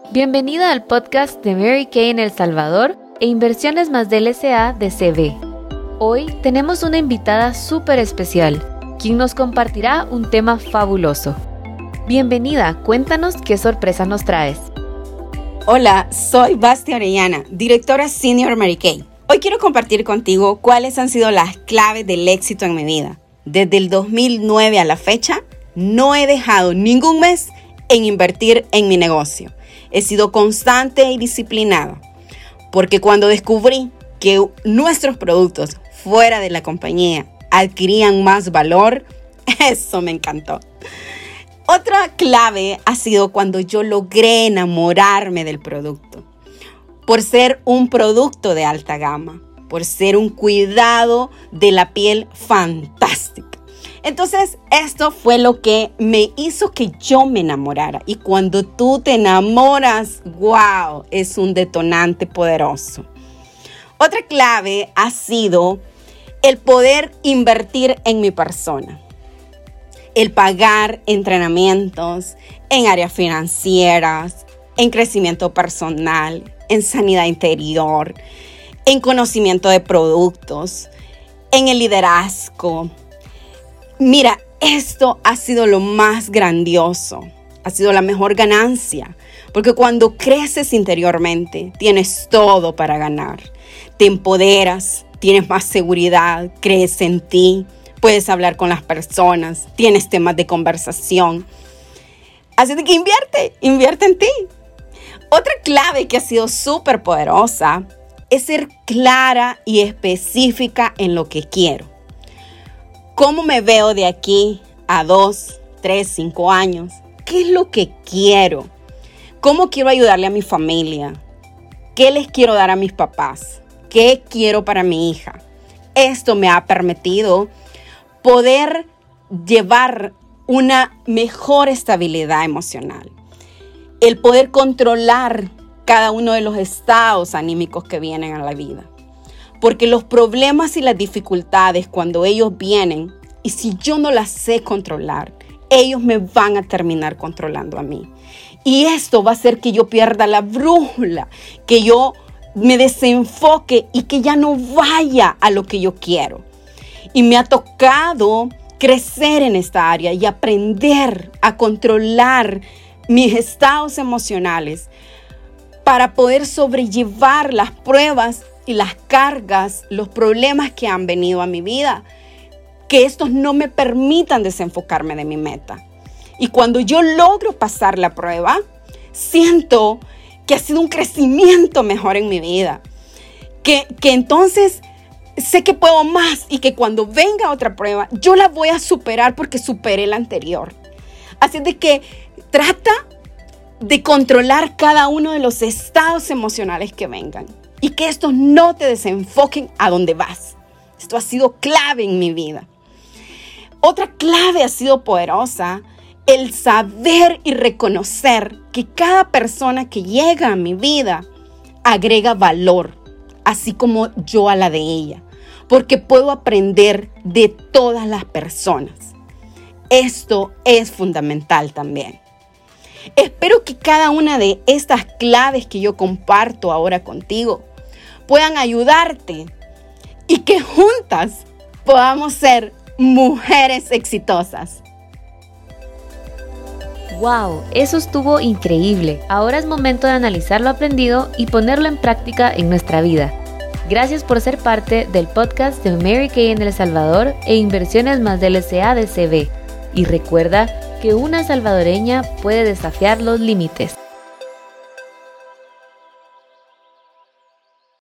Bienvenida al podcast de Mary Kay en El Salvador e Inversiones más del S.A. de CB. Hoy tenemos una invitada súper especial, quien nos compartirá un tema fabuloso. Bienvenida, cuéntanos qué sorpresa nos traes. Hola, soy Basti Orellana, directora Senior Mary Kay. Hoy quiero compartir contigo cuáles han sido las claves del éxito en mi vida. Desde el 2009 a la fecha, no he dejado ningún mes en invertir en mi negocio. He sido constante y disciplinada, porque cuando descubrí que nuestros productos fuera de la compañía adquirían más valor, eso me encantó. Otra clave ha sido cuando yo logré enamorarme del producto, por ser un producto de alta gama, por ser un cuidado de la piel fantástico. Entonces, esto fue lo que me hizo que yo me enamorara. Y cuando tú te enamoras, ¡wow! Es un detonante poderoso. Otra clave ha sido el poder invertir en mi persona. El pagar entrenamientos en áreas financieras, en crecimiento personal, en sanidad interior, en conocimiento de productos, en el liderazgo. Mira, esto ha sido lo más grandioso, ha sido la mejor ganancia, porque cuando creces interiormente, tienes todo para ganar. Te empoderas, tienes más seguridad, crees en ti, puedes hablar con las personas, tienes temas de conversación. Así que invierte en ti. Otra clave que ha sido súper poderosa es ser clara y específica en lo que quiero. ¿Cómo me veo de aquí a 2, 3, 5 años? ¿Qué es lo que quiero? ¿Cómo quiero ayudarle a mi familia? ¿Qué les quiero dar a mis papás? ¿Qué quiero para mi hija? Esto me ha permitido poder llevar una mejor estabilidad emocional. El poder controlar cada uno de los estados anímicos que vienen a la vida. Porque los problemas y las dificultades cuando ellos vienen, y si yo no las sé controlar, ellos me van a terminar controlando a mí. Y esto va a hacer que yo pierda la brújula, que yo me desenfoque y que ya no vaya a lo que yo quiero. Y me ha tocado crecer en esta área y aprender a controlar mis estados emocionales para poder sobrellevar las pruebas y las cargas, los problemas que han venido a mi vida, que estos no me permitan desenfocarme de mi meta. Y cuando yo logro pasar la prueba, siento que ha sido un crecimiento mejor en mi vida. Que entonces sé que puedo más y que cuando venga otra prueba, yo la voy a superar porque superé la anterior. Así de que trata de controlar cada uno de los estados emocionales que vengan. Y que estos no te desenfoquen a donde vas. Esto ha sido clave en mi vida. Otra clave ha sido poderosa, el saber y reconocer que cada persona que llega a mi vida agrega valor, así como yo a la de ella, porque puedo aprender de todas las personas. Esto es fundamental también. Espero que cada una de estas claves que yo comparto ahora contigo puedan ayudarte y que juntas podamos ser mujeres exitosas. ¡Wow! Eso estuvo increíble. Ahora es momento de analizar lo aprendido y ponerlo en práctica en nuestra vida. Gracias por ser parte del podcast de Mary Kay en El Salvador e Inversiones más del S.A. de CB. Y recuerda que una salvadoreña puede desafiar los límites.